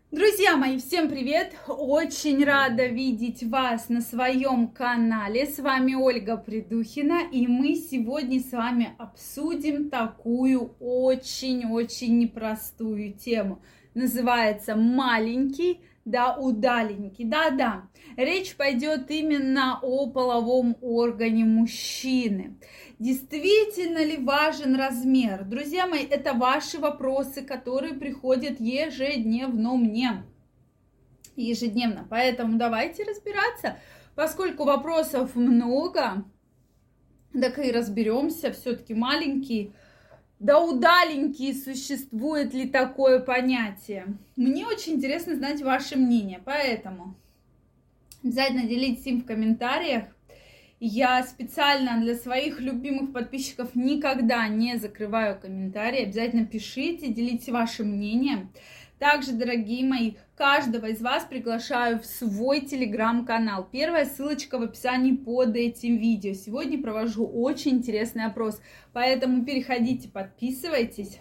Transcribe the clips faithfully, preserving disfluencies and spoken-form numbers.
Друзья мои, всем привет! Очень рада видеть вас на своем канале. С вами Ольга Придухина, и мы сегодня с вами обсудим такую очень-очень непростую тему. Называется «Маленький да удаленький». Да-да, речь пойдет именно о половом органе мужчины. Действительно ли важен размер? Друзья мои, это ваши вопросы, которые приходят ежедневно мне. Ежедневно. Поэтому давайте разбираться. Поскольку вопросов много, так и разберемся. Все-таки маленький, да удаленький, существует ли такое понятие? Мне очень интересно знать ваше мнение. Поэтому обязательно делитесь им в комментариях. Я специально для своих любимых подписчиков никогда не закрываю комментарии. Обязательно пишите, делитесь вашим мнением. Также, дорогие мои, каждого из вас приглашаю в свой телеграм-канал. Первая ссылочка в описании под этим видео. Сегодня провожу очень интересный опрос, поэтому переходите, подписывайтесь,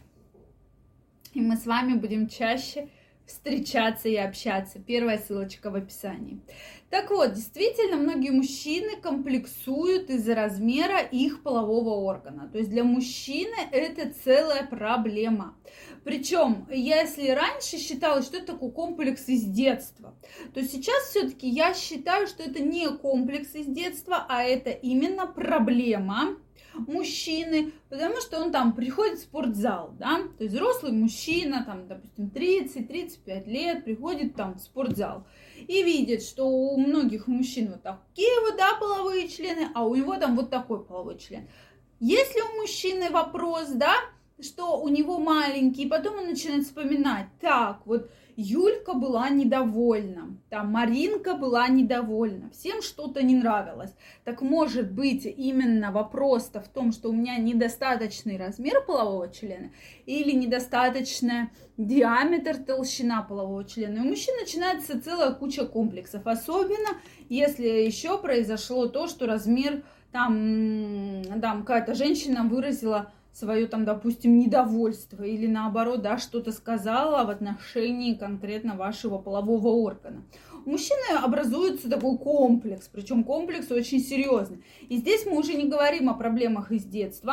и мы с вами будем чаще встречаться и общаться. Первая ссылочка в описании. Так вот, действительно, многие мужчины комплексуют из-за размера их полового органа. То есть для мужчины это целая проблема. Причем, если раньше считалось, что это такой комплекс из детства, то сейчас все-таки я считаю, что это не комплекс из детства, а это именно проблема мужчины, потому что он там приходит в спортзал, да, то есть взрослый мужчина, там, допустим, тридцать-тридцать пять лет, приходит там в спортзал и видит, что у многих мужчин вот такие вот, да, половые члены, а у него там вот такой половой член. Если у мужчины вопрос, да, что у него маленький, потом он начинает вспоминать, так, вот Юлька была недовольна, там Маринка была недовольна, всем что-то не нравилось. Так может быть именно вопрос-то в том, что у меня недостаточный размер полового члена или недостаточный диаметр, толщина полового члена. И у мужчин начинается целая куча комплексов, особенно если еще произошло то, что размер, там, там какая-то женщина выразила свое там, допустим, недовольство или наоборот, да, что-то сказала в отношении конкретно вашего полового органа. У мужчины образуется такой комплекс, причем комплекс очень серьезный. И здесь мы уже не говорим о проблемах из детства,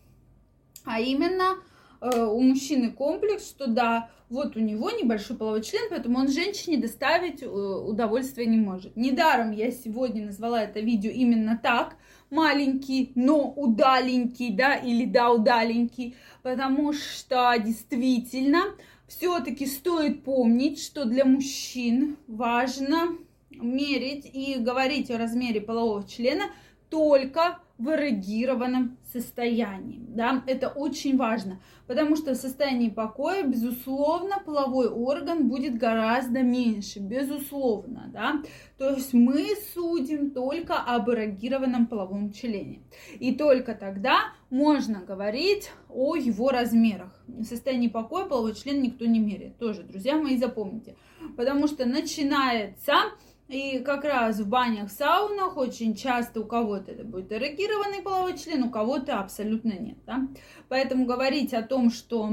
а именно э, у мужчины комплекс, что да, вот у него небольшой половой член, поэтому он женщине доставить э, удовольствие не может. Недаром я сегодня назвала это видео именно так. Маленький, но удаленький, да, или да, удаленький, потому что действительно все-таки стоит помнить, что для мужчин важно мерить и говорить о размере полового члена только в эрегированном состоянии, да, это очень важно, потому что в состоянии покоя, безусловно, половой орган будет гораздо меньше, безусловно, да, то есть мы судим только об эрегированном половом члене, и только тогда можно говорить о его размерах. В состоянии покоя половой член никто не меряет, тоже, друзья мои, запомните, потому что начинается. И как раз в банях, в саунах очень часто у кого-то это будет эрегированный половой член, у кого-то абсолютно нет. Да? Поэтому говорить о том, что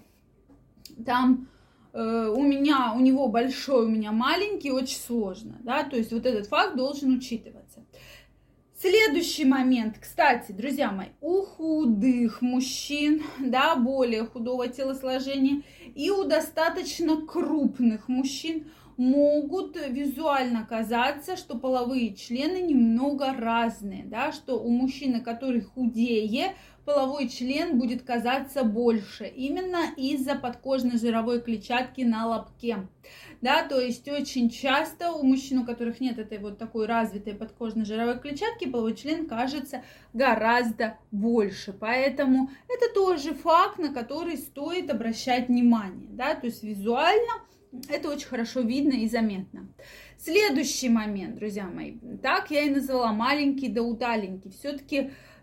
там э, у меня, у него большой, у меня маленький, очень сложно. Да? То есть вот этот факт должен учитываться. Следующий момент, кстати, друзья мои, у худых мужчин, да, более худого телосложения и у достаточно крупных мужчин могут визуально казаться, что половые члены немного разные, да, что у мужчины, который худее, половой член будет казаться больше, именно из-за подкожной жировой клетчатки на лобке, да, то есть очень часто у мужчин, у которых нет этой вот такой развитой подкожной жировой клетчатки, половой член кажется гораздо больше, поэтому это тоже факт, на который стоит обращать внимание, да, то есть визуально это очень хорошо видно и заметно. Следующий момент, друзья мои, так я и назвала маленький да удаленький. Все-таки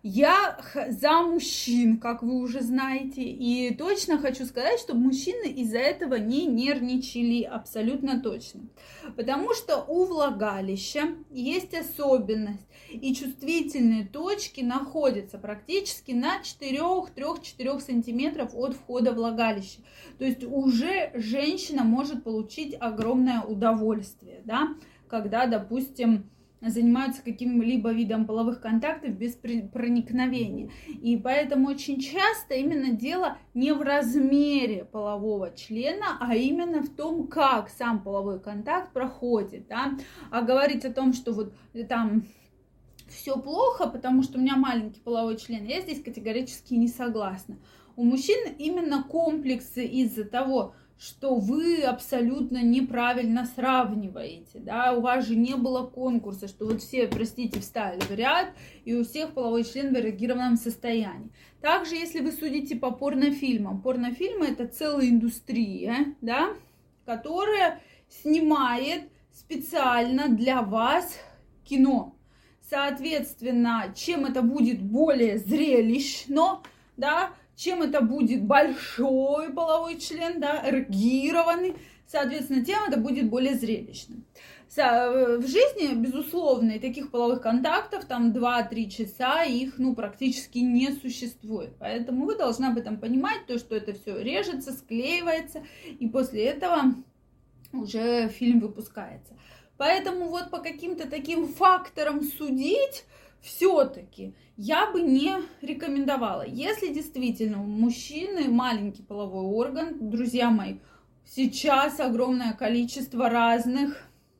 Я за мужчин, как вы уже знаете, и точно хочу сказать, чтобы мужчины из-за этого не нервничали, абсолютно точно. Потому что у влагалища есть особенность, и чувствительные точки находятся практически на четыре-три-четыре сантиметров от входа влагалища. То есть уже женщина может получить огромное удовольствие, да, когда, допустим, занимаются каким-либо видом половых контактов без проникновения. И поэтому очень часто именно дело не в размере полового члена, а именно в том, как сам половой контакт проходит. Да? А говорить о том, что вот там все плохо, потому что у меня маленький половой член, я здесь категорически не согласна. У мужчин именно комплексы из-за того, что вы абсолютно неправильно сравниваете, да, у вас же не было конкурса, что вот все, простите, встали в ряд, и у всех половой член в эрегированном состоянии. Также, если вы судите по порнофильмам, порнофильмы это целая индустрия, да, которая снимает специально для вас кино. Соответственно, чем это будет более зрелищно, да, чем это будет большой половой член, да, эрегированный, соответственно, тем это будет более зрелищным. В жизни, безусловно, и таких половых контактов там два-три часа, их ну, практически не существует. Поэтому вы должны об этом понимать, то, что это все режется, склеивается, и после этого уже фильм выпускается. Поэтому вот по каким-то таким факторам судить все-таки я бы не рекомендовала. Если действительно у мужчины маленький половой орган, друзья мои, сейчас огромное количество разных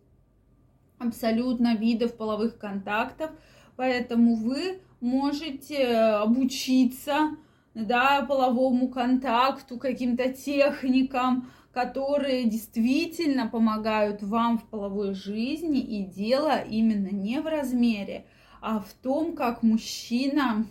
абсолютно видов половых контактов, поэтому вы можете обучиться, да, половому контакту, каким-то техникам, которые действительно помогают вам в половой жизни, и дело именно не в размере, а в том, как мужчина,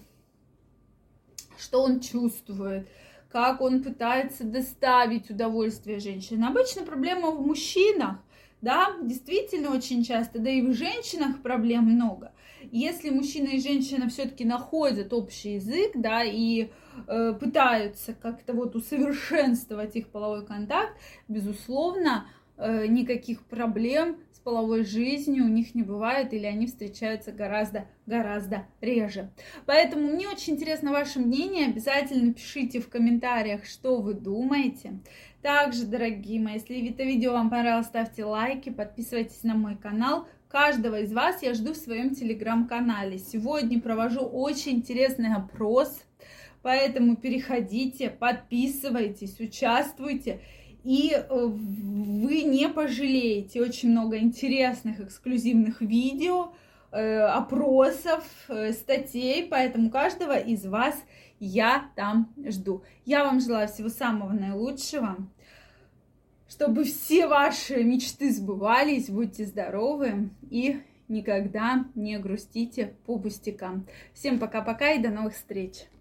что он чувствует, как он пытается доставить удовольствие женщине. Обычно проблема в мужчинах, да, действительно очень часто, да и в женщинах проблем много. Если мужчина и женщина все-таки находят общий язык, да, и э, пытаются как-то вот усовершенствовать их половой контакт, безусловно, э, никаких проблем с половой жизнью у них не бывает, или они встречаются гораздо-гораздо реже. Поэтому мне очень интересно ваше мнение. Обязательно пишите в комментариях, что вы думаете. Также, дорогие мои, если это видео вам понравилось, ставьте лайки, подписывайтесь на мой канал. Каждого из вас я жду в своем телеграм-канале. Сегодня провожу очень интересный опрос, поэтому переходите, подписывайтесь, участвуйте, и вы не пожалеете. Очень много интересных эксклюзивных видео, опросов, статей, поэтому каждого из вас я там жду. Я вам желаю всего самого наилучшего, чтобы все ваши мечты сбывались, будьте здоровы и никогда не грустите по пустякам. Всем пока-пока и до новых встреч!